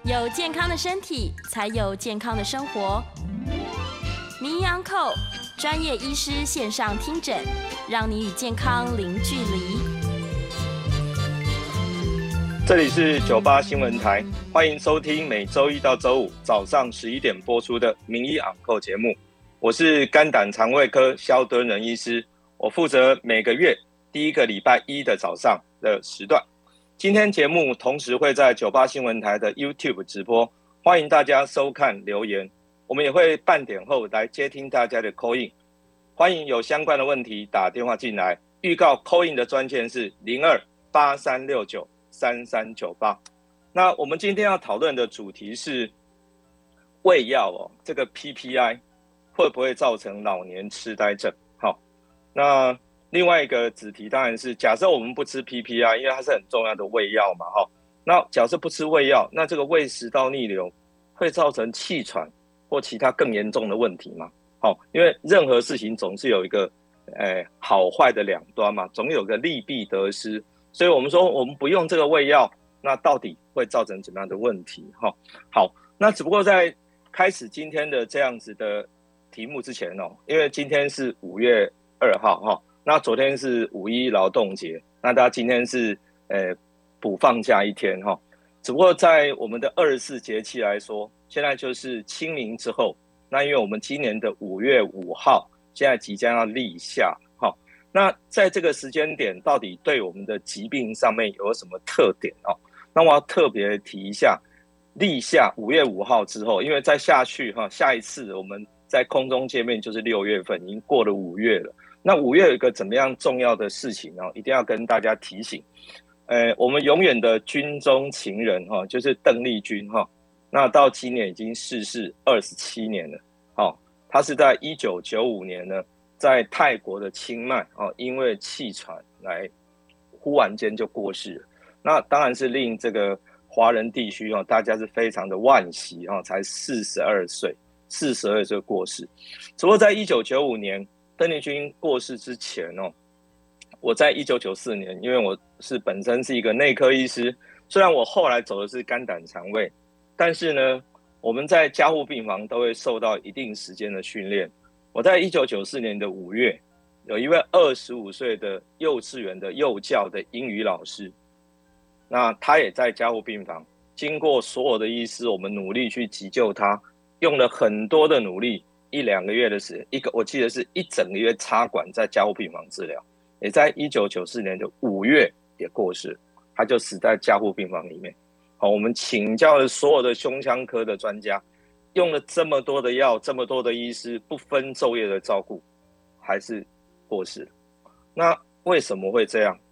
有健康的身体，才有健康的生活。名医昂扣专业医师线上听诊，让你与健康零距离。 这里是98新闻台，欢迎收听每周一到周五早上11点播出的名医昂扣节目。我是肝胆肠胃科萧敦仁医师，我负责每个月第一个礼拜一的早上的时段。今天节目同时会在98新闻台的 YouTube 直播，欢迎大家收看留言。我们也会半点后来接听大家的 call in， 欢迎有相关的问题打电话进来。预告 call in 的专线是0283693398。那我们今天要讨论的主题是胃药这个 PPI 会不会造成老年痴呆症？好，那另外一个子题当然是假设我们不吃 PPI， 因为它是很重要的胃药嘛，那假设不吃胃药，那这个胃食道逆流会造成气喘或其他更严重的问题吗？因为任何事情总是有一个好坏的两端嘛，总有个利弊得失，所以我们说我们不用这个胃药，那到底会造成怎么样的问题？好，那只不过在开始今天的这样子的题目之前因为今天是5月2号那昨天是5·1劳动节，那大家今天是补放假一天只不过在我们的24节气来说，现在就是清明之后，那因为我们今年的5月5号现在即将要立夏那在这个时间点到底对我们的疾病上面有什么特点那我要特别提一下，立夏5月5号之后，因为再下去下一次我们在空中见面就是6月份，已经过了5月了。那5月有一个怎么样重要的事情一定要跟大家提醒。我们永远的军中情人就是邓丽君那到今年已经逝世27年了他是在1995年呢，在泰国的清迈因为气喘来忽然间就过世了。那当然是令这个华人地区大家是非常的惋惜才42岁过世。只不过在1995年邓丽君过世之前我在1994年，因为我本身是一个内科医师，虽然我后来走的是肝胆肠胃，但是呢，我们在加护病房都会受到一定时间的训练。我在1994年的5月，有一位25岁的幼稚园的幼教的英语老师，那他也在加护病房，经过所有的医师，我们努力去急救他，用了很多的努力，1-2个月的时间，我记得是1整个月插管在加护病房治疗，也在1994年的5月也过世，他就死在加护病房里面。我们请教了所有的胸腔科的专家，用了这么多的药，这么多的医师，不分昼夜的照顾，还是过世了。那为什么会这样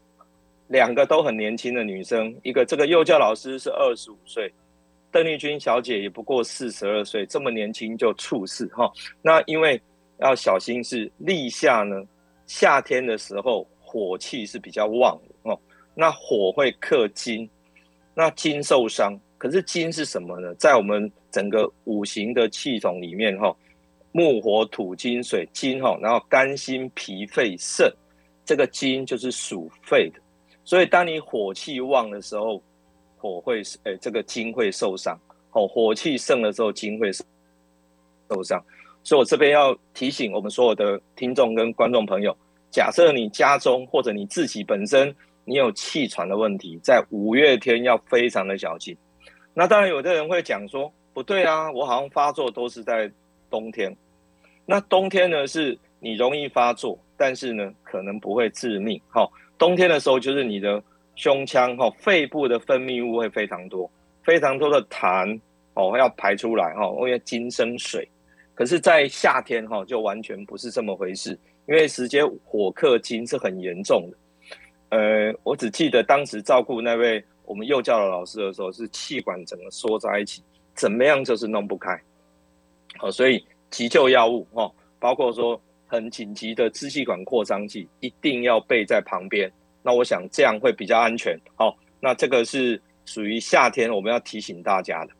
？2个都很年轻的女生，一个这个幼教老师是25岁，邓丽君小姐也不过42岁，这么年轻就猝死那因为要小心是立夏呢，夏天的时候火气是比较旺的那火会克金，那金受伤，可是金是什么呢？在我们整个五行的系统里面木火土金水金然后肝心脾肺肾，这个金就是属肺的，所以当你火气旺的时候，这个金会受伤火气盛的时候金会受伤。所以我这边要提醒我们所有的听众跟观众朋友，假设你家中或者你自己本身你有气喘的问题，在5月天要非常的小心。那当然有的人会讲说，不对啊，我好像发作都是在冬天。那冬天呢是你容易发作，但是呢可能不会致命冬天的时候就是你的胸腔肺部的分泌物会非常多，非常多的痰要排出来因为金生水。可是在夏天就完全不是这么回事，因为直接火克金是很严重的。我只记得当时照顾那位我们幼教的老师的时候，是气管整个缩在一起，怎么样就是弄不开所以急救药物包括说很紧急的支气管扩张剂一定要备在旁边，那我想这样会比较安全那这个是属于夏天我们要提醒大家的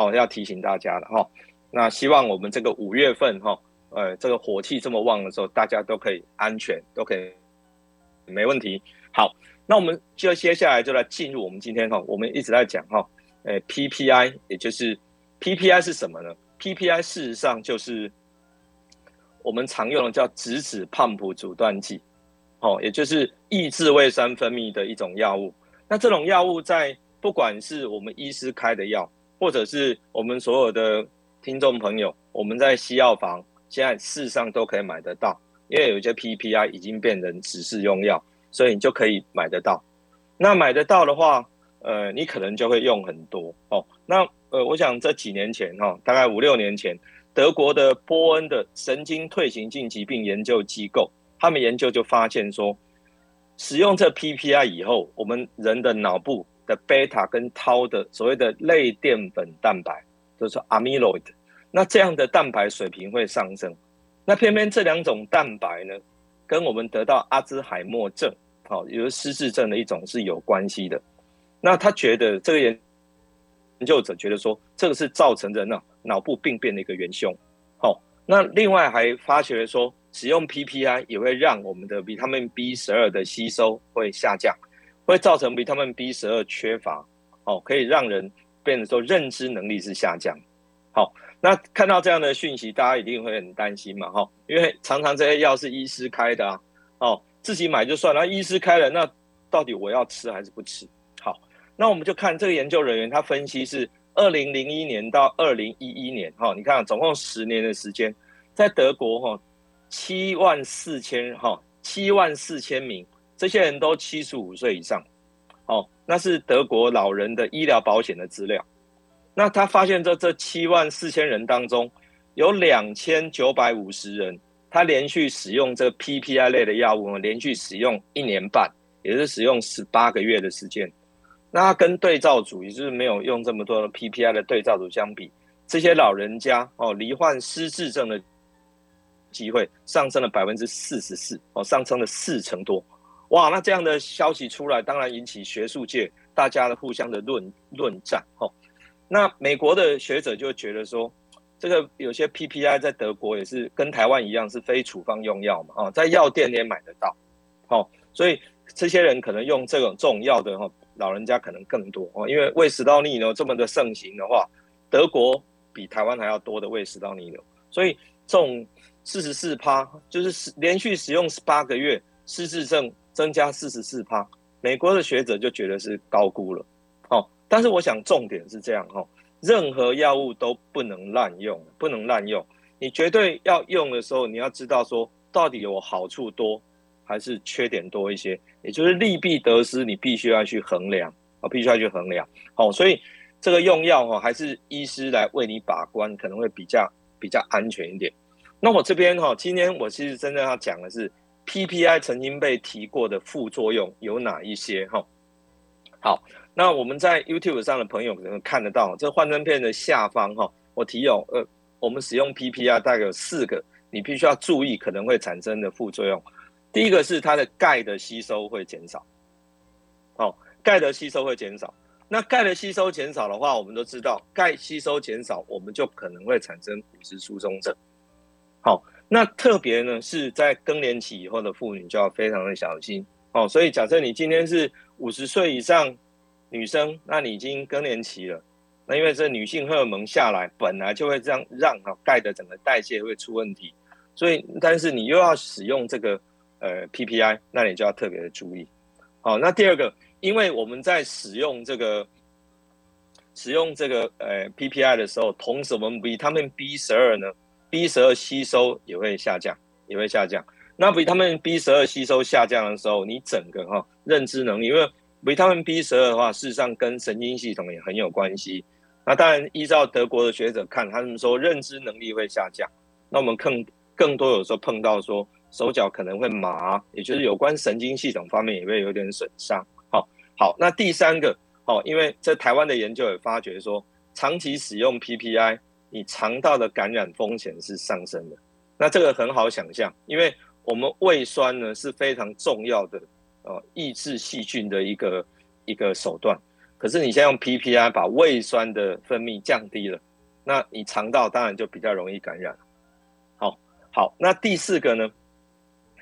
那希望我们这个5月份这个火气这么旺的时候，大家都可以安全，都可以没问题。好，那我们就接下来就来进入我们今天我们一直在讲 PPI， 也就是 PPI 是什么呢？ PPI 事实上就是我们常用的叫质子胖普阻断剂，也就是抑制胃酸分泌的一种药物。那这种药物在不管是我们医师开的药，或者是我们所有的听众朋友，我们在西药房现在事实上都可以买得到，因为有一些 PPI 已经变成指示用药，所以你就可以买得到。那买得到的话，你可能就会用很多哦。那我想这几年前大概5-6年前，德国的波恩的神经退行性疾病研究机构，他们研究就发现说，使用这 PPI 以后，我们人的脑部的贝塔跟tau的所谓的类淀粉蛋白，就是说 amyloid， 那这样的蛋白水平会上升。那偏偏这2种蛋白呢，跟我们得到阿兹海默症，也就是失智症的一种是有关系的。那他觉得这个研究者觉得说，这个是造成人脑部病变的一个元凶。那另外还发觉说，使用 PPI 也会让我们的维他命 B12 的吸收会下降，会造成维他命 B12 缺乏，可以让人变得说认知能力是下降。好，那看到这样的讯息，大家一定会很担心嘛，因为常常这些药是医师开的自己买就算了，医师开了，那到底我要吃还是不吃？好，那我们就看这个研究人员他分析是2001年到2011年，你看总共10年的时间，在德国74000名，这些人都75岁以上，那是德国老人的医疗保险的资料。那他发现这74000人当中，有2950人，他连续使用这 PPI 类的药物，连续使用1年半，也就是使用18个月的时间。那他跟对照组，也就是没有用这么多的 PPI 的对照组相比，这些老人家罹患失智症的机会上升了44%，上升了4成多。哇，那这样的消息出来，当然引起学术界大家的互相的论战。那美国的学者就觉得说，这个有些 PPI 在德国也是跟台湾一样是非处方用药嘛，在药店也买得到，所以这些人可能用这种药的老人家可能更多因为胃食道逆流这么的盛行的话，德国比台湾还要多的胃食道逆流，所以这种44%就是连续使用18个月，失智症增加44%，美国的学者就觉得是高估了。但是我想重点是这样，任何药物都不能滥用，不能滥用。你绝对要用的时候，你要知道说到底有好处多还是缺点多一些，也就是利弊得失，你必须要去衡量，必须要去衡量。所以这个用药还是医师来为你把关，可能会比较安全一点。那我这边今天我其实真正要讲的是 PPI 曾经被提过的副作用有哪一些。好，那我们在 YouTube 上的朋友可能看得到，这幻灯片的下方我提有我们使用 PPI 大概有4个你必须要注意可能会产生的副作用。第一个是它的钙的吸收会减少，钙的吸收会减少。那钙的吸收减少的话，我们都知道钙吸收减少，我们就可能会产生骨质疏松症。那特别呢是在更年期以后的妇女就要非常的小心。所以假设你今天是50岁以上女生，那你已经更年期了，那因为这女性荷尔蒙下来，本来就会这样让钙的整个代谢会出问题，所以但是你又要使用这个PPI， 那你就要特别的注意。那第二个，因为我们在使用这个PPI 的时候，同时我们维他命 B12 呢 ，B12 吸收也会下降。那维他命 B12 吸收下降的时候，你整个认知能力，因为维他命 B12 的话，事实上跟神经系统也很有关系。那当然，依照德国的学者看，他们说认知能力会下降。那我们更多有时候碰到说手脚可能会麻，也就是有关神经系统方面也会有点损伤。好，那第三个因为在台湾的研究也发觉说，长期使用 PPI， 你肠道的感染风险是上升的。那这个很好想象，因为我们胃酸呢是非常重要的抑制细菌的一个手段。可是你现在用 PPI 把胃酸的分泌降低了，那你肠道当然就比较容易感染。好，那第四个呢，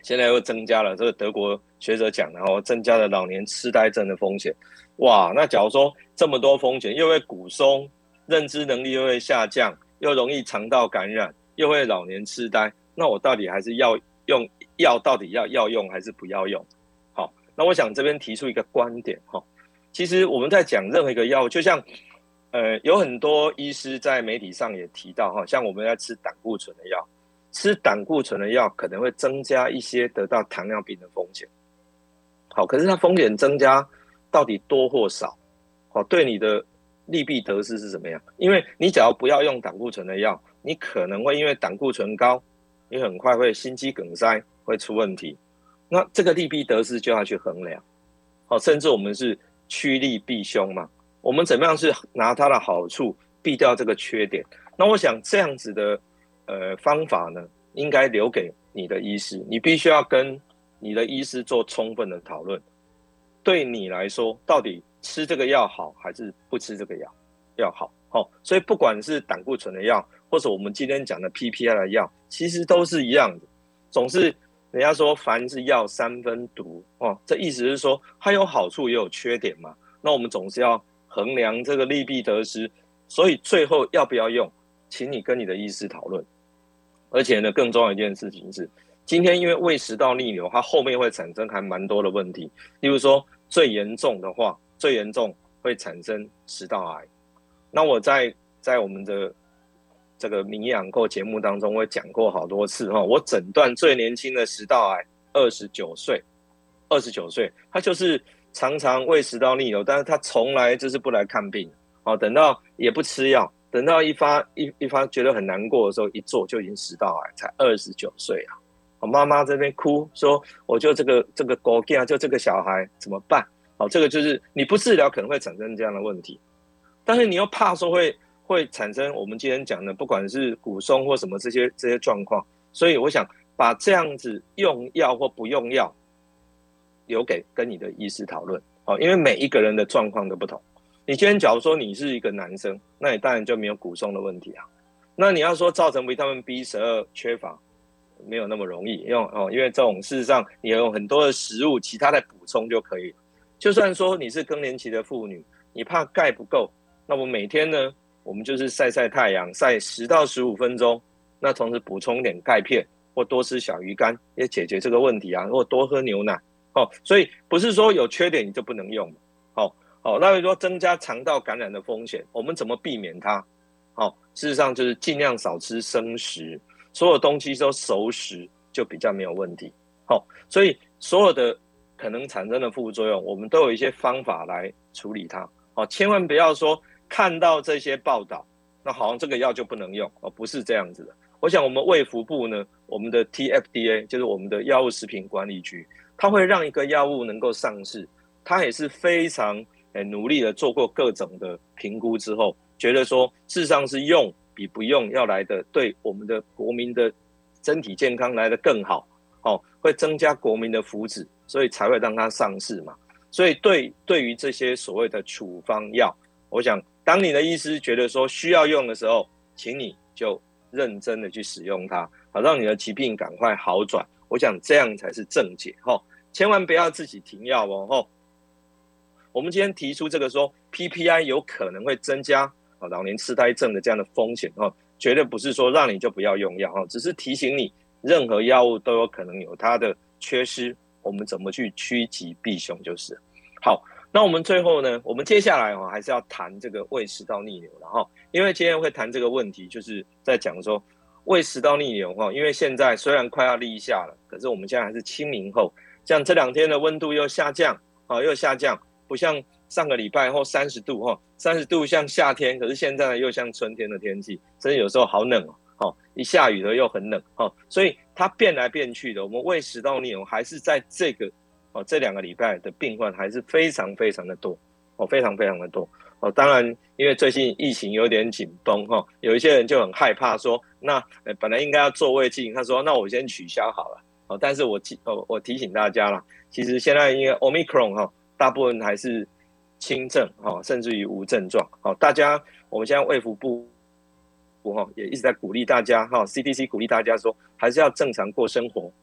现在又增加了这个德国学者讲，然后增加了老年痴呆症的风险。哇，那假如说这么多风险，又会骨松，认知能力又会下降，又容易肠道感染，又会老年痴呆，那我到底还是要用药，到底要用还是不要用？好，那我想这边提出一个观点哈，其实我们在讲任何一个药物，就像有很多医师在媒体上也提到哈，像我们在吃胆固醇的药。吃胆固醇的药可能会增加一些得到糖尿病的风险。好，可是它风险增加到底多或少？好，对你的利弊得失是怎么样？因为你只要不要用胆固醇的药，你可能会因为胆固醇高，你很快会心肌梗塞，会出问题。那这个利弊得失就要去衡量。好，甚至我们是趋利避凶嘛，我们怎么样是拿它的好处避掉这个缺点？那我想这样子的。方法呢，应该留给你的医师，你必须要跟你的医师做充分的讨论。对你来说，到底吃这个药好还是不吃这个药好？哦，所以不管是胆固醇的药，或者我们今天讲的 PPI 的药，其实都是一样的。总是人家说凡是药三分毒哦，这意思是说它有好处也有缺点嘛。那我们总是要衡量这个利弊得失，所以最后要不要用，请你跟你的医师讨论。而且呢，更重要一件事情是，今天因为胃食道逆流，它后面会产生还蛮多的问题。例如说，最严重的话，最严重会产生食道癌。那我在我们的这个名医养购节目当中，我讲过好多次哈。我诊断最年轻的食道癌，29岁，29岁，他就是常常胃食道逆流，但是他从来就是不来看病，哦，等到也不吃药。等到一发觉得很难过的时候，一做就已经食道癌，才29岁啊！我妈妈这边哭说：“我就这个狗囝，就这个小孩怎么办？”好，这个就是你不治疗可能会产生这样的问题，但是你又怕说会产生我们今天讲的，不管是骨松或什么这些状况，所以我想把这样子用药或不用药留给跟你的医师讨论，好，因为每一个人的状况都不同。你今天假如说你是一个男生，那你当然就没有骨松的问题啊。那你要说造成维他命 B12 缺乏，没有那么容易，因为这种事实上你有很多的食物，其他的补充就可以了。就算说你是更年期的妇女，你怕钙不够，那我每天呢，我们就是晒晒太阳，晒10到15分钟，那同时补充点钙片或多吃小鱼干，也解决这个问题啊，或多喝牛奶。所以不是说有缺点你就不能用。好，那说增加肠道感染的风险，我们怎么避免它？事实上就是尽量少吃生食，所有东西都熟食就比较没有问题。所以所有的可能产生的副作用，我们都有一些方法来处理它。千万不要说看到这些报道，那好像这个药就不能用，不是这样子的。我想我们卫福部呢，我们的 TFDA 就是我们的药物食品管理局，它会让一个药物能够上市，它也是非常努力的做过各种的评估之后，觉得说事实上是用比不用要来的对我们的国民的身体健康来的更好，会增加国民的福祉，所以才会让它上市嘛。所以对于这些所谓的处方药，我想当你的医师觉得说需要用的时候，请你就认真的去使用它，好让你的疾病赶快好转。我想这样才是正解，千万不要自己停药哦。我们今天提出这个说 PPI 有可能会增加老年痴呆症的这样的风险，绝对不是说让你就不要用药，只是提醒你任何药物都有可能有它的缺失，我们怎么去趋吉避凶就是。好，那我们最后呢，我们接下来还是要谈这个胃食道逆流了，因为今天会谈这个问题，就是在讲说胃食道逆流，因为现在虽然快要立夏了，可是我们现在还是清明后，像这2天的温度又下降，不像上个礼拜后30度，30度像夏天，可是现在又像春天的天气，甚至有时候好冷一下雨了又很冷所以它变来变去的。我们胃食道逆流还是在这2个礼拜的病患还是非常非常的多非常非常的多当然因为最近疫情有点紧绷有一些人就很害怕说，那本来应该要做胃镜，他说那我先取消好了但是我提醒大家啦，其实现在因为 Omicron大部分还是轻症甚至于无症状大家我们现在卫福部也一直在鼓励大家CDC 鼓励大家说还是要正常过生活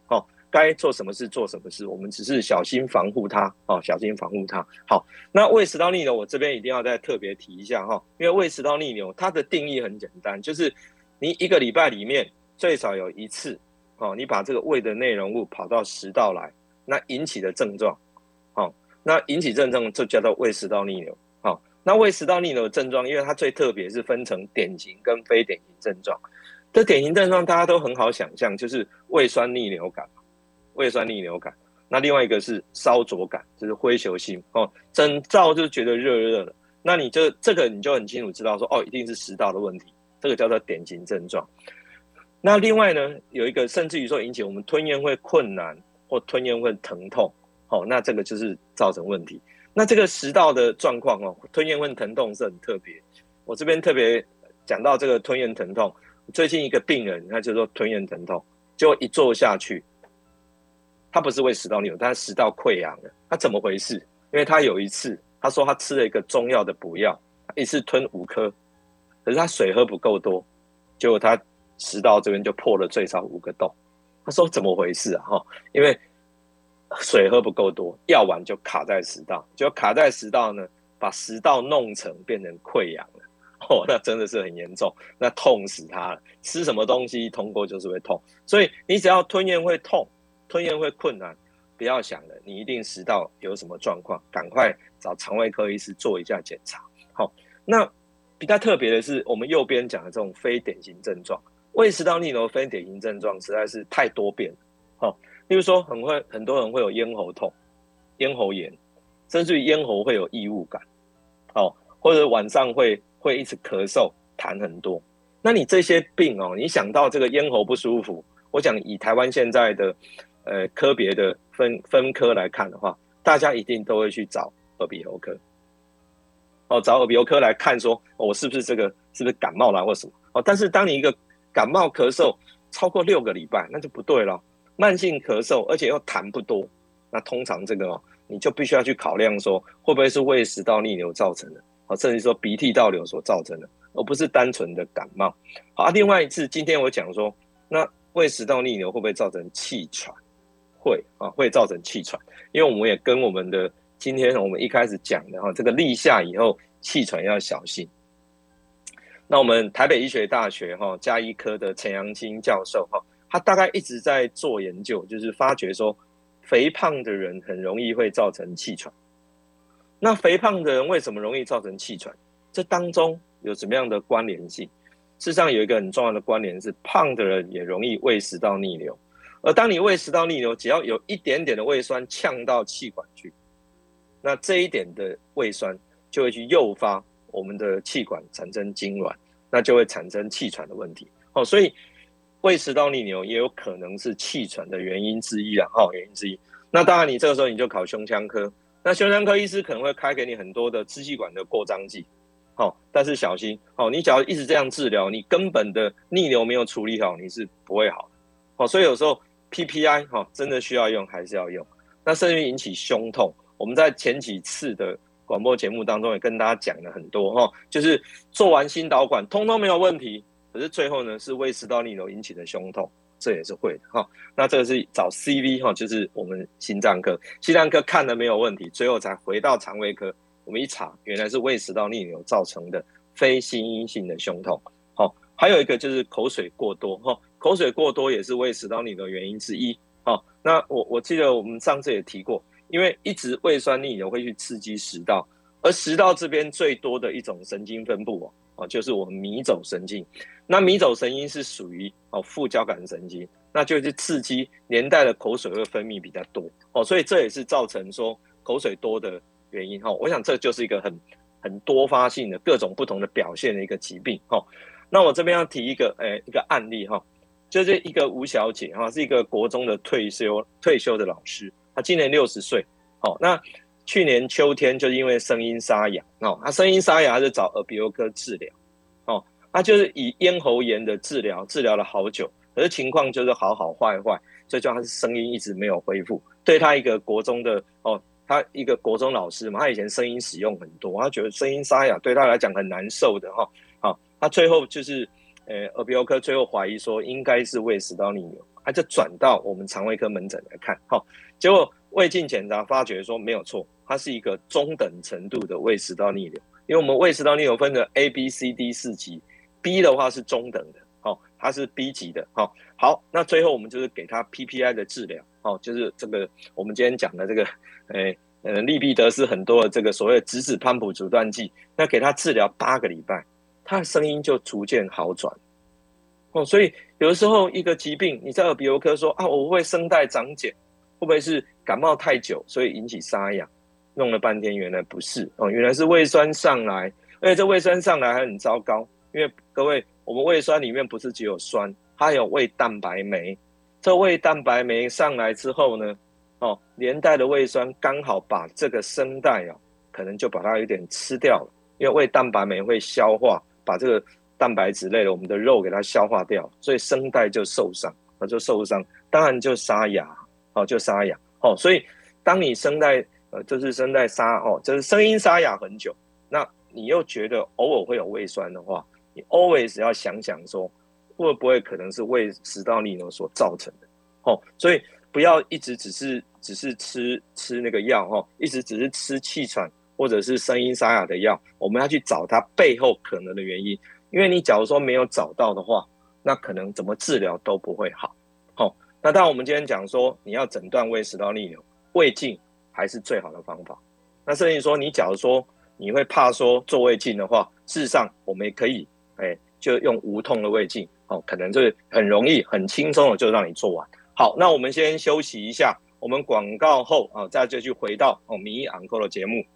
该做什么事做什么事，我们只是小心防护它小心防护它。好，那胃食道逆流我这边一定要再特别提一下因为胃食道逆流它的定义很简单，就是你一个礼拜里面最少有一次你把这个胃的内容物跑到食道来，那引起的症状那引起症状就叫做胃食道逆流。那胃食道逆流的症状，因为它最特别是分成典型跟非典型症状。这典型症状大家都很好想象，就是胃酸逆流感，胃酸逆流感。那另外一个是烧灼感，就是灰球心整灶就觉得热热的。那你就这个你就很清楚知道说一定是食道的问题，这个叫做典型症状。那另外呢，有一个甚至于说引起我们吞咽会困难或吞咽会疼痛那这个就是造成问题。那这个食道的状况吞咽会疼痛是很特别。我这边特别讲到这个吞咽疼痛，最近一个病人他就说吞咽疼痛，结果一坐下去，他不是胃食道逆流，他食道溃疡了。他怎么回事？因为他有一次他说他吃了一个中药的补药，一次吞5颗，可是他水喝不够多，结果他食道这边就破了最少5个洞。他说怎么回事因为水喝不够多，药丸就卡在食道，就卡在食道呢，把食道弄成变成溃疡了。那真的是很严重，那痛死他了。吃什么东西通过就是会痛，所以你只要吞咽会痛，吞咽会困难，不要想了，你一定食道有什么状况，赶快找肠胃科医师做一下检查。那比较特别的是，我们右边讲的这种非典型症状，胃食道逆流非典型症状实在是太多变了。例如说很多人会有咽喉痛、咽喉炎，甚至于咽喉会有异物感或者晚上会一直咳嗽、痰很多。那你这些病你想到这个咽喉不舒服，我想以台湾现在的科别的分科来看的话，大家一定都会去找耳鼻喉科找耳鼻喉科来看说我是不是感冒啦或什么但是当你一个感冒咳嗽超过6个礼拜，那就不对了。慢性咳嗽而且又痰不多，那通常这个你就必须要去考量说会不会是胃食道逆流造成的甚至说鼻涕倒流所造成的，而不是单纯的感冒。另外一次今天我讲说，那胃食道逆流会不会造成气喘？会造成气喘，因为我们也跟我们的今天我们一开始讲的这个立夏以后气喘要小心。那我们台北医学大学家医科的陈阳青教授他大概一直在做研究，就是发觉说肥胖的人很容易会造成气喘。那肥胖的人为什么容易造成气喘？这当中有什么样的关联性？事实上有一个很重要的关联是，胖的人也容易胃食道逆流。而当你胃食道逆流，只要有一点点的胃酸呛到气管去，那这一点的胃酸就会去诱发我们的气管产生痉挛，那就会产生气喘的问题。所以胃食道逆流也有可能是气喘的原因之一原因之一。那当然你这个时候你就考胸腔科，那胸腔科医师可能会开给你很多的支气管的扩张剂但是小心你只要一直这样治疗，你根本的逆流没有处理好，你是不会好的所以有时候 PPI 真的需要用还是要用。那甚至引起胸痛，我们在前几次的广播节目当中也跟大家讲了很多就是做完心导管通通没有问题，可是最后呢是胃食道逆流引起的胸痛，这也是会的那这个是找 CV 就是我们心脏科看了没有问题，最后才回到肠胃科，我们一查原来是胃食道逆流造成的非心因性的胸痛还有一个就是口水过多口水过多也是胃食道逆流的原因之一那我记得我们上次也提过，因为一直胃酸逆流会去刺激食道，而食道这边最多的一种神经分布就是我们迷走神经。那迷走神经是属于副交感神经，那就是刺激连带的口水会分泌比较多所以这也是造成说口水多的原因我想这就是一个很多发性的各种不同的表现的一个疾病那我这边要提一个案例就是一个吴小姐是一个国中的退休的老师，她今年60岁那去年秋天就是因为声音沙哑她声音沙哑，她就找耳鼻喉科治疗她就是以咽喉炎的治疗了好久，可是情况就是好坏，所以就她声音一直没有恢复。对她一个国中的她一个国中老师嘛，她以前声音使用很多，她觉得声音沙哑对她来讲很难受的她最后就是耳鼻喉科最后怀疑说应该是胃食道逆流， 他就转到我们肠胃科门诊来看，结果胃镜检查发觉说没有错，它是一个中等程度的胃食道逆流，因为我们胃食道逆流分的 A、B、C、D 4级，B 的话是中等的，它是 B 级的，好，那最后我们就是给他 PPI 的治疗，就是这个我们今天讲的这个，利必得斯很多的这个所谓的质子潘普阻断剂，那给他治疗8个礼拜，他的声音就逐渐好转。所以有的时候一个疾病，你在耳鼻喉科说我会不会声带长茧，会不会是感冒太久所以引起沙哑？弄了半天原来不是，原来是胃酸上来，而且这胃酸上来还很糟糕，因为各位我们胃酸里面不是只有酸，它还有胃蛋白酶，这胃蛋白酶上来之后呢，连带的胃酸刚好把这个声带可能就把它有点吃掉了，因为胃蛋白酶会消化，把这个蛋白质类的我们的肉给它消化掉，所以声带就受伤，当然就沙哑，所以当你声带就是声带就是声音沙哑很久，那你又觉得偶尔会有胃酸的话，你 always 要想想说会不会可能是胃食道逆流所造成的，所以不要一直只是吃那个药，一直只是吃气喘或者是声音沙哑的药，我们要去找它背后可能的原因，因为你假如说没有找到的话，那可能怎么治疗都不会好。那当然我们今天讲说你要诊断胃食道逆流，胃镜还是最好的方法。那甚至说你假如说你会怕说做胃镜的话，事实上我们也可以就用无痛的胃镜，可能就是很容易很轻松的就让你做完。好，那我们先休息一下，我们广告后再继续回到名医昂扣的节目。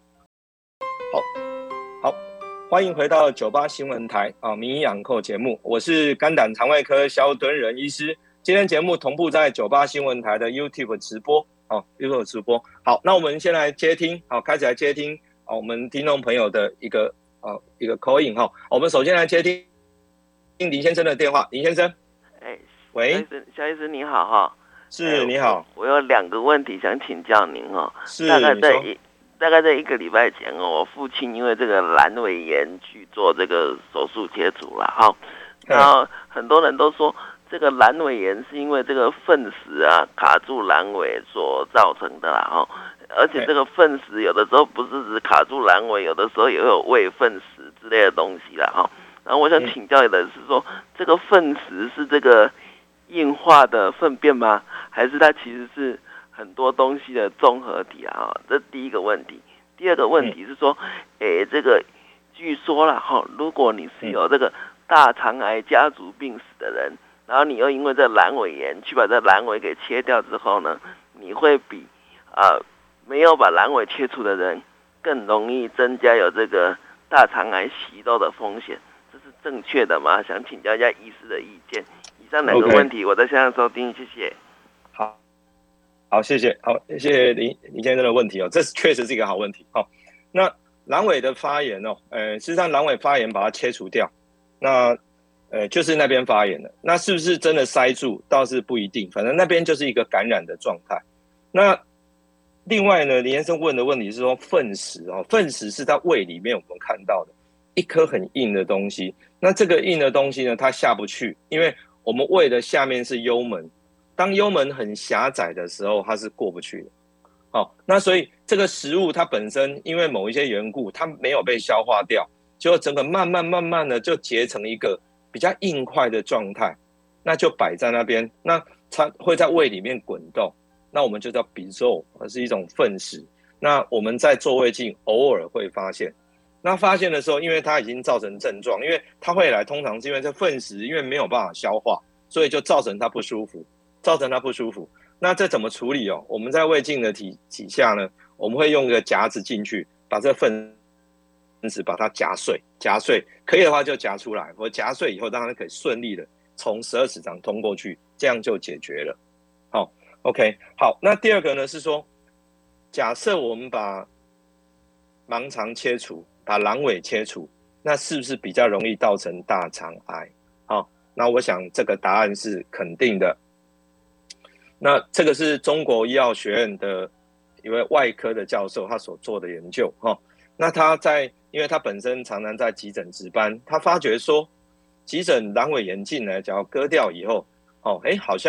好，欢迎回到98新闻台名医昂扣节目，我是肝胆肠胃科萧敦仁医师。今天节目同步在98新闻台的 YouTube 直播，YouTube 直播。好，那我们先来接听，开始来接听我们听众朋友的一个 call in 我们首先来接听林先生的电话，林先生，喂， 肖医师你好是你好， 我有2个问题想请教您是大概在1个礼拜前我父亲因为这个阑尾炎去做这个手术切除了然后很多人都说这个阑尾炎是因为这个粪石卡住阑尾所造成的啦而且这个粪石有的时候不是只卡住阑尾，有的时候也会有胃粪石之类的东西啦然后我想请教你的是说，这个粪石是这个硬化的粪便吗？还是它其实是很多东西的综合体这是第一个问题。第二个问题是说，这个据说啦如果你是有这个大肠癌家族病史的人，然后你又因为这阑尾炎去把这阑尾给切掉之后呢，你会比没有把阑尾切除的人更容易增加有这个大肠癌息肉的风险，这是正确的吗？想请教一下医师的意见。以上2个问题我在线上收听，谢谢。 好，谢谢，谢谢林先生的问题这确实是一个好问题那阑尾的发炎事实上阑尾发炎把它切除掉，那就是那边发炎了，那是不是真的塞住倒是不一定，反正那边就是一个感染的状态。那另外呢，林先生问的问题是说粪石粪石是在胃里面我们看到的一颗很硬的东西，那这个硬的东西呢它下不去，因为我们胃的下面是幽门，当幽门很狭窄的时候它是过不去的那所以这个食物它本身因为某一些缘故它没有被消化掉，就整个慢慢的就结成一个比较硬块的状态，那就摆在那边，那它会在胃里面滚动，那我们就叫比肉，是一种粪石。那我们在做胃镜偶尔会发现，那发现的时候因为它已经造成症状，因为它会来通常是因为这粪石因为没有办法消化，所以就造成它不舒服，那这怎么处理我们在胃镜的体下呢，我们会用一个夹子进去，把这粪石把它夹碎，可以的话就夹出来，或夹碎以后让它可以顺利的从12指肠通过去，这样就解决了。OK， 好，那第二个呢是说，假设我们把盲肠切除，把阑尾切除，那是不是比较容易造成大肠癌？那我想这个答案是肯定的。那这个是中国医药学院的一位外科的教授他所做的研究那他因为他本身常常在急诊值班，他发觉说急诊阑尾炎进来只要割掉以后好像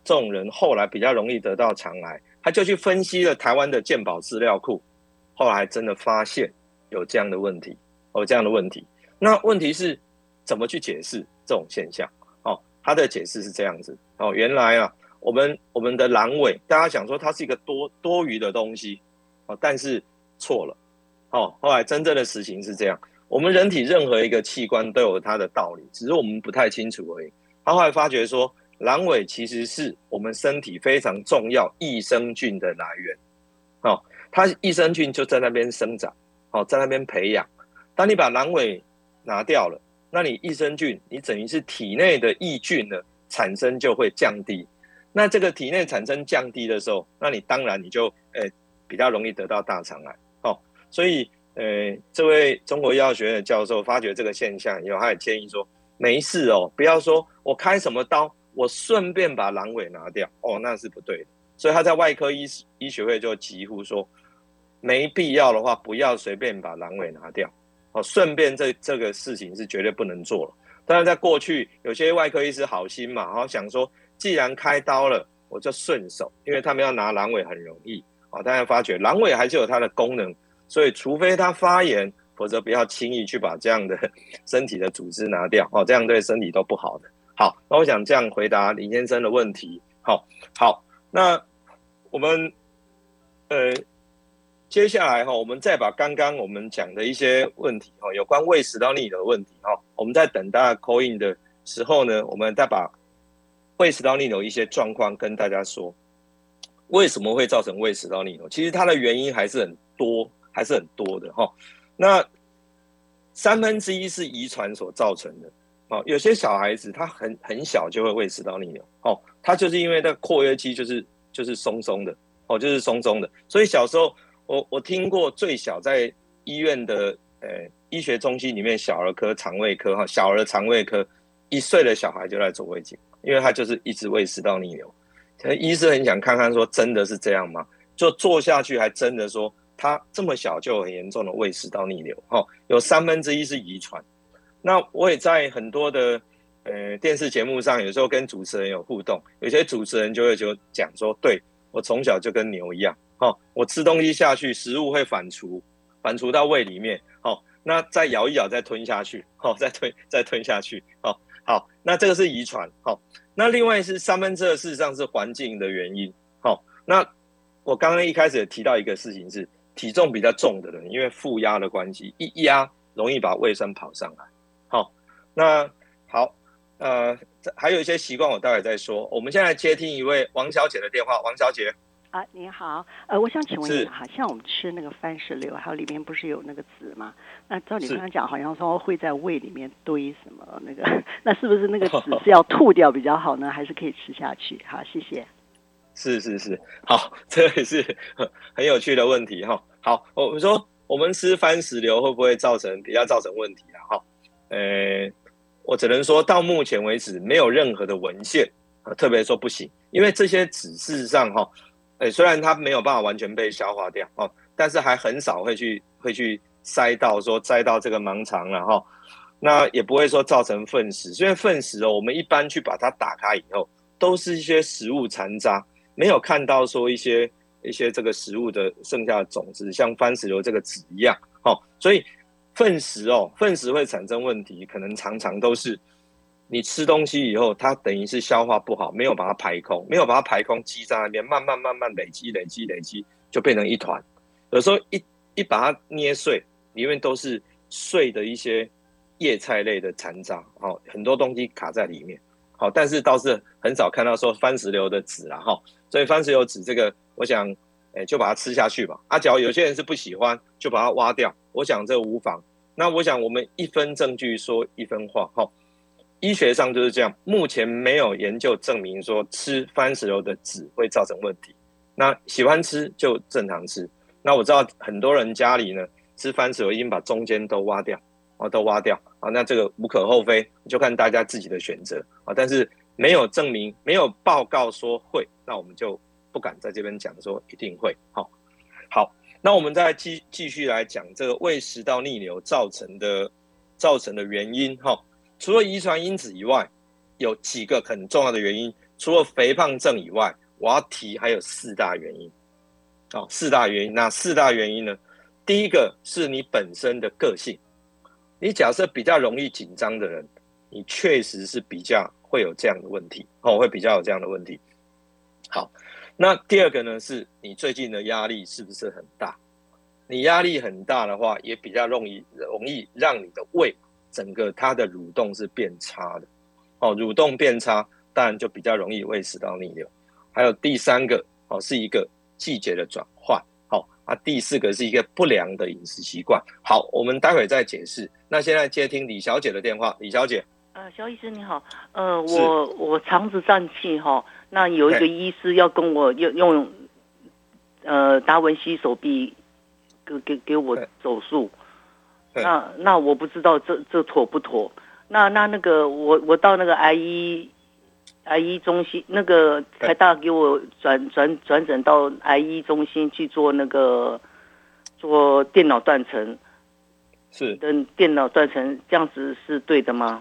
这种人后来比较容易得到肠癌，他就去分析了台湾的健保资料库，后来真的发现有这样的问题，那问题是怎么去解释这种现象？他的解释是这样子，原来啊，我们的阑尾，大家想说它是一个多余的东西，但是错了，后来真正的实情是这样，我们人体任何一个器官都有它的道理，只是我们不太清楚而已。他后来发觉说，阑尾其实是我们身体非常重要益生菌的来源，它益生菌就在那边生长，在那边培养。当你把阑尾拿掉了，那你益生菌，你等于是体内的益菌呢产生就会降低。那这个体内产生降低的时候，那你当然你就比较容易得到大肠癌。所以这位中国医药学院的教授发觉这个现象以后，他也建议说，没事不要说我开什么刀，我顺便把阑尾拿掉，那是不对的。所以他在外科医学会就疾呼说，没必要的话，不要随便把阑尾拿掉。顺便这个事情是绝对不能做了。当然，在过去有些外科医师好心嘛，想说既然开刀了，我就顺手，因为他们要拿阑尾很容易。当然发觉阑尾还是有它的功能，所以除非它发炎，否则不要轻易去把这样的身体的组织拿掉，这样对身体都不好的。好，那我想这样回答林先生的问题。好，那我们接下来我们再把刚刚我们讲的一些问题有关胃食道逆流的问题我们在等大家 call in 的时候呢，我们再把胃食道逆流一些状况跟大家说。为什么会造成胃食道逆流？其实它的原因还是很多的那1/3是遗传所造成的有些小孩子他很小就会胃食道逆流他就是因为那个括约肌就是松松的就是松松的，所以小时候我听过最小在医院的医学中心里面小儿科肠胃科小儿肠胃科1岁的小孩就在做胃镜，因为他就是一直胃食道逆流。医师很想看看说真的是这样吗？就做下去还真的说他这么小就有很严重的胃食道逆流有1/3是遗传。那我也在很多的电视节目上有时候跟主持人有互动，有些主持人就会讲说，对，我从小就跟牛一样我吃东西下去食物会反刍到胃里面那再咬一咬再吞下去再吞下去好，那这个是遗传那另外是2/3事实上是环境的原因那我刚刚一开始也提到一个事情是体重比较重的人，因为负压的关系一压容易把胃酸跑上来那好还有一些习惯我待会再说。我们现在接听一位王小姐的电话。王小姐您好，我想请问你像我们吃那个番石榴，还有里面不是有那个籽吗？那照你刚刚讲，好像说会在胃里面堆什么那个，那是不是那个籽是要吐掉比较好呢，还是可以吃下去？好，谢谢。 是，好，这也是很有趣的问题好，我说我们吃番石榴会不会比较造成问题我只能说到目前为止没有任何的文献特别说不行，因为这些籽事实上虽然它没有办法完全被消化掉但是还很少会去塞到这个盲肠了那也不会说造成粪石，因为粪石我们一般去把它打开以后都是一些食物残渣，没有看到说一些这个食物的剩下的种子，像番石榴这个籽一样所以粪石会产生问题，可能常常都是你吃东西以后，它等于是消化不好，没有把它排空，积在那边，慢慢累积，就变成一团。有时候一把它捏碎，里面都是碎的一些叶菜类的残渣很多东西卡在里面但是倒是很少看到说番石榴的籽所以番石榴籽这个，我想就把它吃下去吧。假如有些人是不喜欢，就把它挖掉，我想这无妨。那我想我们一分证据说一分话医学上就是这样，目前没有研究证明说吃番石榴的籽会造成问题。那喜欢吃就正常吃。那我知道很多人家里呢吃番石榴已经把中间都挖掉那这个无可厚非，就看大家自己的选择但是没有证明，没有报告说会，那我们就不敢在这边讲说一定会好，那我们再继续来讲这个胃食道逆流造成的原因除了遗传因子以外，有几个很重要的原因。 除了肥胖症以外，我要提还有4大原因。4大原因，那4大原因呢？第一个是你本身的个性，你假设比较容易紧张的人，你确实是比较会有这样的问题，会比较有这样的问题。好，那第二个呢，是你最近的压力是不是很大？你压力很大的话，也比较容易让你的胃整个它的蠕动是变差的。蠕动变差，当然就比较容易胃食道逆流。还有第3个是一个季节的转换。第4个是一个不良的饮食习惯。好，我们待会再解释。那现在接听李小姐的电话，李小姐。 肖医师你好，我肠子胀气那有一个医师要跟我用达文西手臂给我手术，那我不知道这妥不妥？那个我到那个癌医中心，那个台大给我转诊到癌医中心去做做电脑断层， 是跟电脑断层，这样子是对的吗？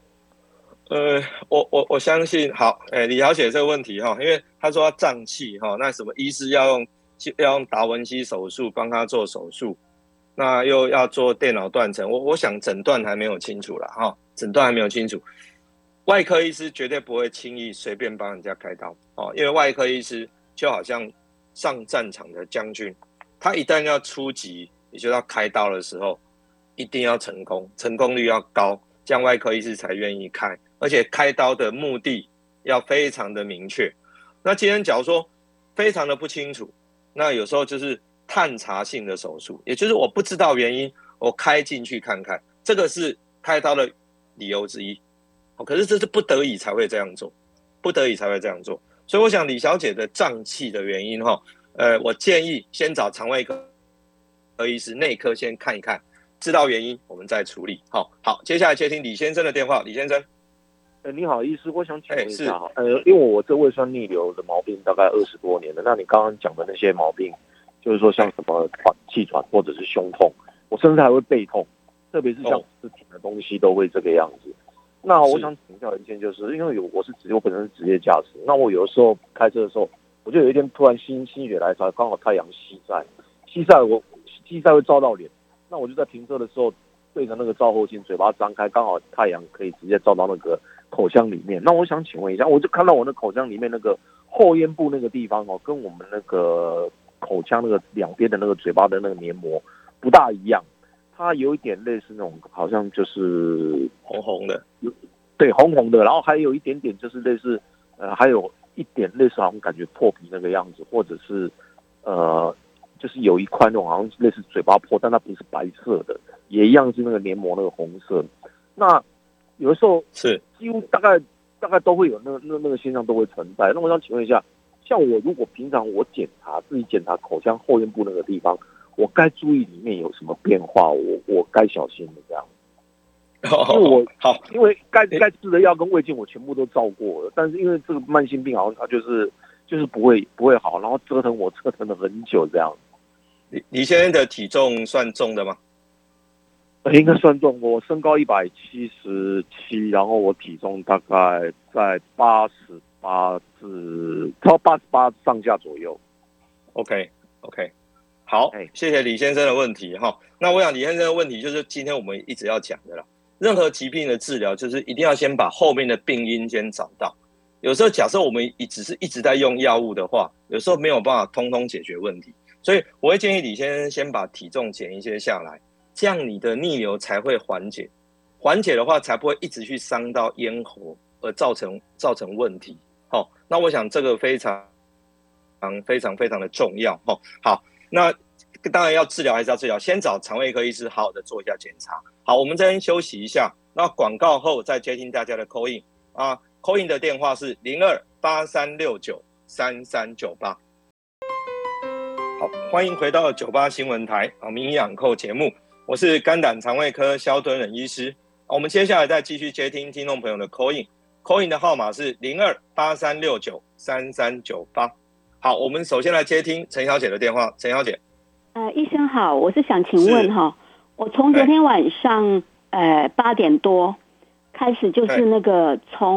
我相信好，李小姐这个问题因为她说她胀气那什么医师要用达文西手术帮她做手术，那又要做电脑断层，我想诊断还没有清楚啦诊断还没有清楚。外科医师绝对不会轻易随便帮人家开刀因为外科医师就好像上战场的将军，他一旦要出击，也就要开刀的时候，一定要成功，成功率要高，这样外科医师才愿意开，而且开刀的目的要非常的明确。那今天假如说非常的不清楚，那有时候就是探查性的手术，也就是我不知道原因，我开进去看看，这个是开刀的理由之一。可是这是不得已才会这样做，不得已才会这样做。所以我想李小姐的胀气的原因我建议先找肠胃科医师、内科先看一看，知道原因我们再处理。好，接下来接听李先生的电话。李先生， 你好，医师，我想请问一下因为我这胃酸逆流的毛病大概20多年了，那你刚刚讲的那些毛病，就是说像什么气喘或者是胸痛，我甚至还会背痛，特别是像吃甜的东西都会这个样子。那我想请教一件，就是因为我本身是职业驾驶，那我有的时候开车的时候，我就有一天突然心血来潮，刚好太阳西晒会照到脸，那我就在停车的时候对着那个照后镜，嘴巴张开，刚好太阳可以直接照到那个口腔里面。那我想请问一下，我就看到我那口腔里面那个后咽部那个地方跟我们那个口腔那个两边的那个嘴巴的那个黏膜不大一样。它有一点类似那种，好像就是红红的， 对，红红的，然后还有一点点就是类似，还有一点类似好像感觉破皮那个样子，或者是就是有一块那种好像类似嘴巴破，但它不是白色的，也一样是那个黏膜那个红色。那有的时候是几乎大概都会有那个现象都会存在。那我想请问一下，像我如果平常我自己检查口腔后咽部那个地方，我该注意里面有什么变化？我该小心的这样。因为该吃的药跟胃镜我全部都照过了，但是因为这个慢性病好像它就是不会好，然后折腾了很久这样。 你现在的体重算重的吗？ 应该算重，我身高177，然后我体重大概在88至88上下左右。 OK。好，谢谢李先生的问题那我想李先生的问题就是今天我们一直要讲的啦。任何疾病的治疗，就是一定要先把后面的病因先找到。有时候假设我们只是一直在用药物的话，有时候没有办法通通解决问题。所以我会建议李先生先把体重减一些下来，这样你的逆流才会缓解。缓解的话，才不会一直去伤到咽喉而造成问题。那我想这个非常的重要。好。那当然要治疗还是要治疗，先找肠胃科医师好好的做一下检查。好，我们这边休息一下，那广告后再接听大家的 call in call in 的电话是0283693398。好，欢迎回到98新闻台名医养扣节目，我是肝胆肠胃科萧敦仁医师。我们接下来再继续接听听众朋友的 call in 的号码是0283693398。好，我们首先来接听陈小姐的电话。陈小姐， 医生好，我是想请问我从昨天晚上8点多开始，就是那个从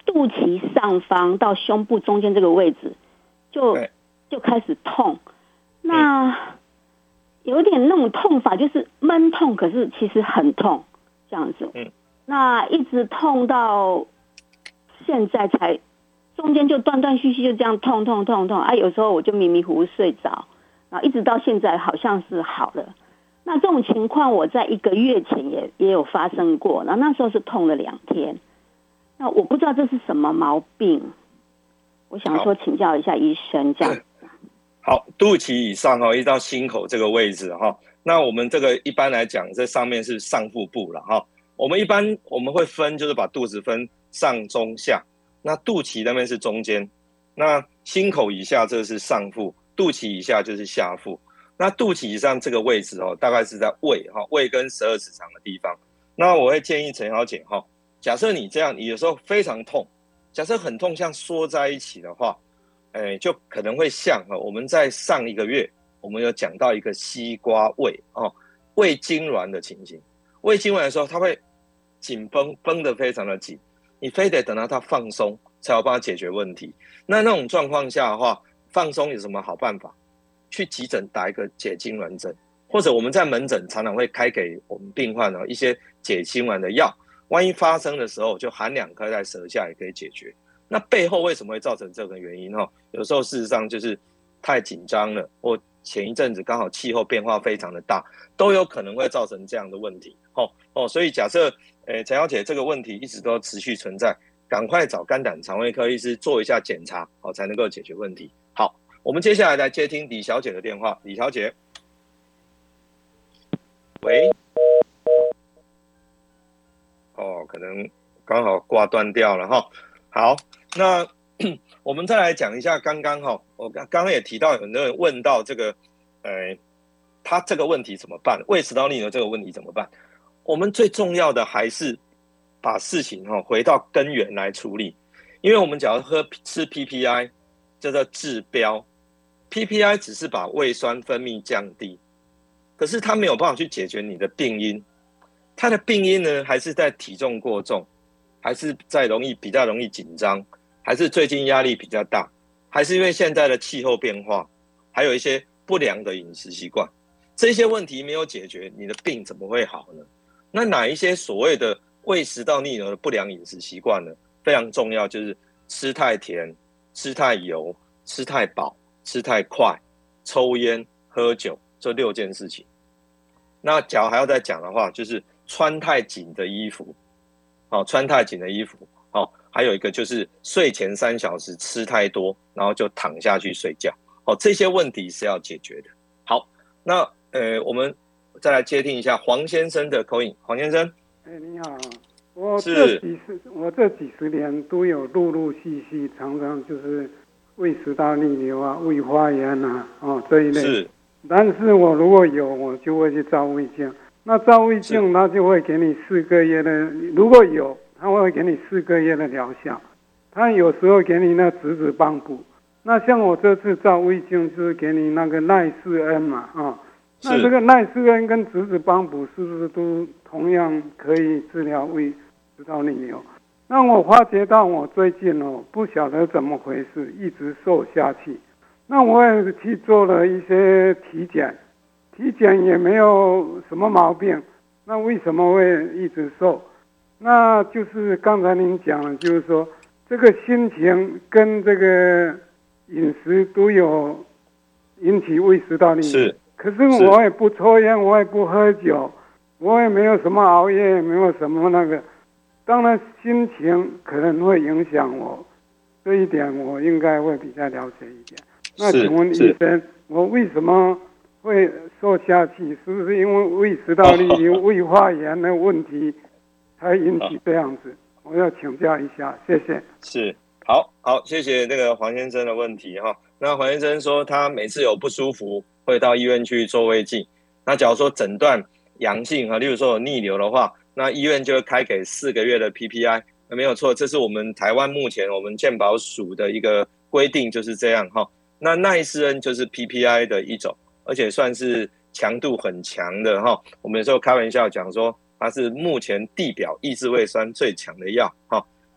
肚脐上方到胸部中间这个位置就开始痛，那有点那种痛法，就是闷痛，可是其实很痛这样子。那一直痛到现在才中间就断断续续就这样痛啊，有时候我就迷迷糊糊睡着，然后一直到现在好像是好了。那这种情况我在1个月前也有发生过，然后那时候是痛了2天。那我不知道这是什么毛病，我想说请教一下医生这样。 好，肚脐以上一直到心口这个位置那我们这个一般来讲，这上面是上腹部了我们一般会分，就是把肚子分上中下，那肚脐那边是中间，那心口以下这是上腹，肚脐以下就是下腹。那肚脐以上这个位置大概是在胃跟12指肠的地方。那我会建议陈小姐假设你这样，你有时候非常痛，假设很痛像缩在一起的话，就可能会像我们在上1个月我们有讲到一个西瓜胃胃痉挛的情形。胃痉挛的时候它会紧绷得非常的紧，你非得等到它放松才有办法解决问题。那种状况下的话，放松有什么好办法？去急诊打一个解痉挛针，或者我们在门诊常常会开给我们病患一些解痉挛的药，万一发生的时候就含2颗在舌下也可以解决。那背后为什么会造成这个原因有时候事实上就是太紧张了，或前一阵子刚好气候变化非常的大，都有可能会造成这样的问题所以假设陈小姐这个问题一直都持续存在，赶快找肝胆肠胃科医师做一下检查才能够解决问题。好，我们接下来来接听李小姐的电话。李小姐，喂，可能刚好挂断掉了好，那我们再来讲一下刚刚我刚刚也提到有很多人问到这个他这个问题怎么办，胃食道逆流这个问题怎么办。我们最重要的还是把事情回到根源来处理。因为我们只要吃 PPI 叫做治标， PPI 只是把胃酸分泌降低，可是它没有办法去解决你的病因。它的病因呢，还是在体重过重，还是在比较容易紧张，还是最近压力比较大，还是因为现在的气候变化，还有一些不良的饮食习惯。这些问题没有解决，你的病怎么会好呢？那哪一些所谓的胃食道逆流的不良饮食习惯呢？非常重要，就是吃太甜、吃太油、吃太饱、吃太快、抽烟、喝酒，这6件事情。那假如还要再讲的话，就是穿太紧的衣服，穿太紧的衣服，还有一个就是睡前3小时吃太多，然后就躺下去睡觉，这些问题是要解决的。好，那我们再来接听一下黄先生的口音。黄先生， 你好，我这几十年都有陆陆续续，常常就是胃食道逆流啊、胃发炎啊，这一类。是。但是我如果有，我就会去照胃镜。那照胃镜，他就会给你4个月的，如果有，他会给你4个月的疗效。他有时候给你那质子帮补。那像我这次照胃镜，就是给你那个奈斯恩嘛，那这个奈斯恩跟质子帮补是不是都同样可以治疗胃食道逆流？那我发觉到我最近不晓得怎么回事，一直瘦下去。那我也去做了一些体检也没有什么毛病。那为什么会一直瘦？那就是刚才您讲了，就是说这个心情跟这个饮食都有引起胃食道逆流。是。可是我也不抽烟，我也不喝酒，我也没有什么熬夜，也没有什么那个。当然心情可能会影响我，这一点我应该会比较了解一点。那请问医生，我为什么会瘦下去？是不是因为胃食道逆流、胃发炎的问题才引起这样子？我要请教一下，谢谢。 是，好，谢谢那个黄先生的问题那黄先生说他每次有不舒服会到医院去做胃镜，那假如说诊断阳性例如说有逆流的话，那医院就会开给4个月的 PPI， 没有错，这是我们台湾目前我们健保署的一个规定，就是这样那奈斯恩就是 PPI 的一种，而且算是强度很强的我们有时候开玩笑讲说它是目前地表抑制胃酸最强的药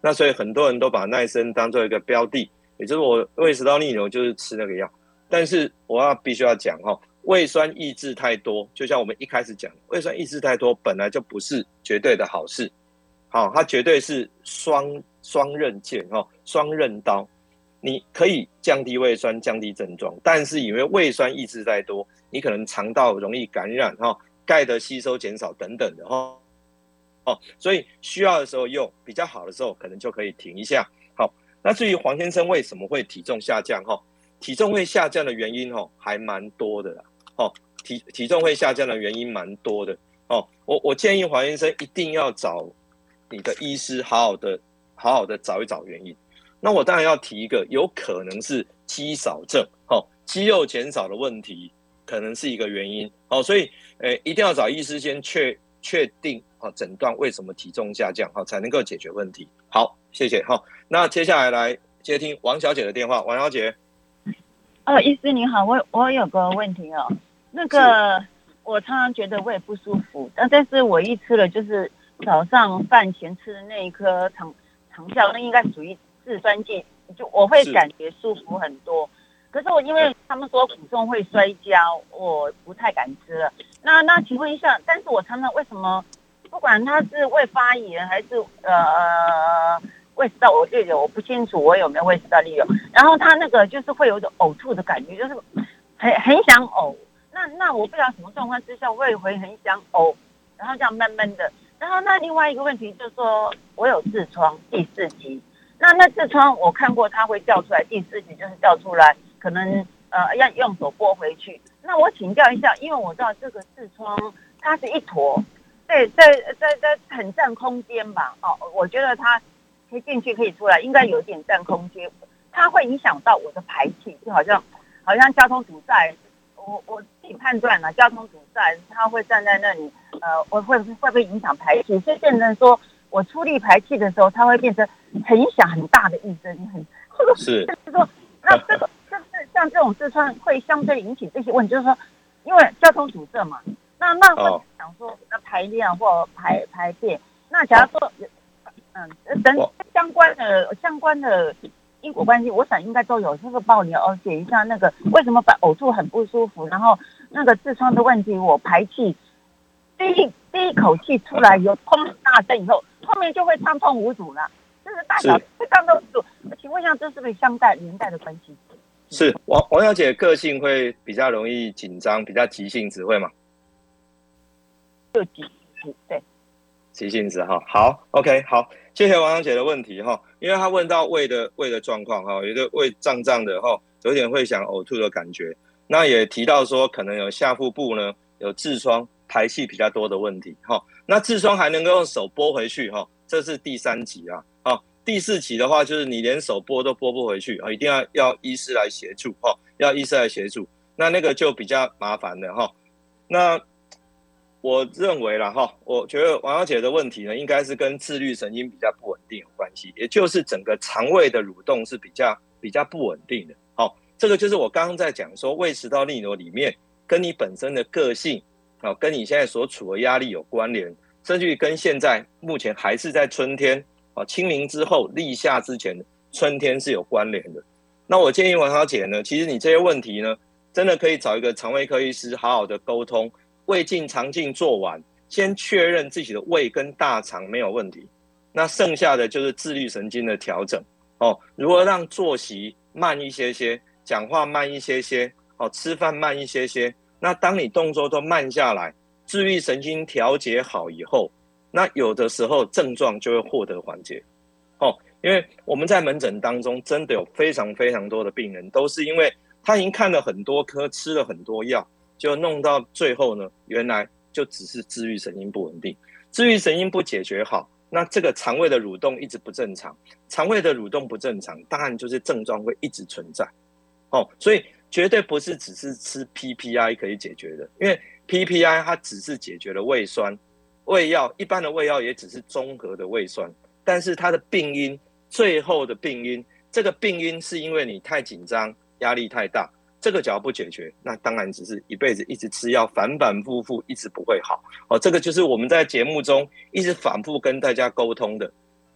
那所以很多人都把奈生当做一个标的，也就是我胃食道逆流就是吃那个药。但是我必须要讲胃酸抑制太多，就像我们一开始讲，胃酸抑制太多本来就不是绝对的好事。它绝对是双刃剑双刃刀。你可以降低胃酸，降低症状，但是因为胃酸抑制太多，你可能肠道容易感染钙的吸收减少等等的所以需要的时候用，比较好的时候可能就可以停一下。好，那至于黄先生为什么会体重下降体重会下降的原因还蛮多的啦体重会下降的原因蛮多的我建议黄先生一定要找你的医师好好的找一找原因。那我当然要提一个，有可能是肌少症肌肉减少的问题可能是一个原因所以一定要找医师先确定诊断为什么体重下降才能够解决问题。好，谢谢那接下来接听王小姐的电话。王小姐， 医师你好，我有个问题那个我常常觉得胃不舒服，但是我一吃了就是早上饭前吃的那一颗长效，那应该属于制酸剂，就我会感觉舒服很多。可是我因为他们说苦中会衰焦，我不太敢吃了。那请问一下，但是我常常为什么不管它是胃发炎还是胃食道逆流，我不清楚我有没有胃食道逆流。然后它那个就是会有一种呕吐的感觉，就是很想呕。那我不知道什么状况之下会很想呕，然后这样闷闷的。然后那另外一个问题就是说我有痔疮第4期。那痔疮我看过它会掉出来，第4期就是掉出来，可能要用手拨回去。那我请教一下，因为我知道这个痔疮它是一坨，在很占空间吧？我觉得它可以进去可以出来，应该有点占空间。它会影响到我的排气，就好像交通堵塞，我自己判断了，交通堵塞它会站在那里，我会不会影响排气？所以变成说我出力排气的时候，它会变成很响很大的一声， 是， 就是说，那这个就是像这种痔疮会相对引起这些问题，就是说，因为交通堵塞嘛，那会想说那排尿或排便，那假如说等相关的因果关系，我想应该都有。这个帮我了解一下那个为什么呕吐很不舒服，然后那个痔疮的问题，我排气第一口气出来以后，砰大声以后，后面就会畅通无阻了，就是大小会畅通无阻。请问一下，这是不是连带的关系？ 是王小姐个性会比较容易紧张，比较急性子会吗？ 就急性子，对， 急性子好 ，OK， 好，谢谢王小姐的问题因为她问到胃的状况有的胃胀胀的有点会想呕吐的感觉，那也提到说可能有下腹部呢有痔疮，排气比较多的问题那痔疮还能够用手拨回去这是第3级第4期的话就是你连手拨都拨不回去一定要医师来协助要医师来协助，那个就比较麻烦了那我认为啦我觉得王小姐的问题呢，应该是跟自律神经比较不稳定有关系，也就是整个肠胃的蠕动是比较不稳定的这个就是我刚刚在讲说胃食道逆流里面跟你本身的个性跟你现在所处的压力有关联，甚至于跟现在目前还是在春天清明之后立夏之前春天是有关联的。那我建议王小姐呢，其实你这些问题呢，真的可以找一个肠胃科医师好好的沟通，胃镜肠镜做完，先确认自己的胃跟大肠没有问题，那剩下的就是自律神经的调整如何让作息慢一些些，讲话慢一些些吃饭慢一些些，那当你动作都慢下来，自律神经调节好以后，那有的时候症状就会获得缓解因为我们在门诊当中真的有非常非常多的病人，都是因为他已经看了很多科，吃了很多药，就弄到最后呢，原来就只是自律神经不稳定，自律神经不解决好，那这个肠胃的蠕动一直不正常，肠胃的蠕动不正常，当然就是症状会一直存在所以绝对不是只是吃 PPI 可以解决的，因为 PPI 它只是解决了胃酸，胃药一般的胃药也只是中和的胃酸，但是它的病因，最后的病因，这个病因是因为你太紧张，压力太大，这个只要不解决，那当然只是一辈子一直吃药，反反复复一直不会好这个就是我们在节目中一直反复跟大家沟通的，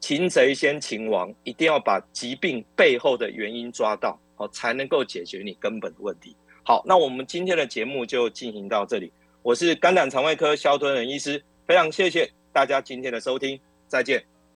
擒贼先擒王，一定要把疾病背后的原因抓到，才能够解决你根本的问题。好，那我们今天的节目就进行到这里。我是肝胆肠胃科萧敦仁医师，非常谢谢大家今天的收听，再见。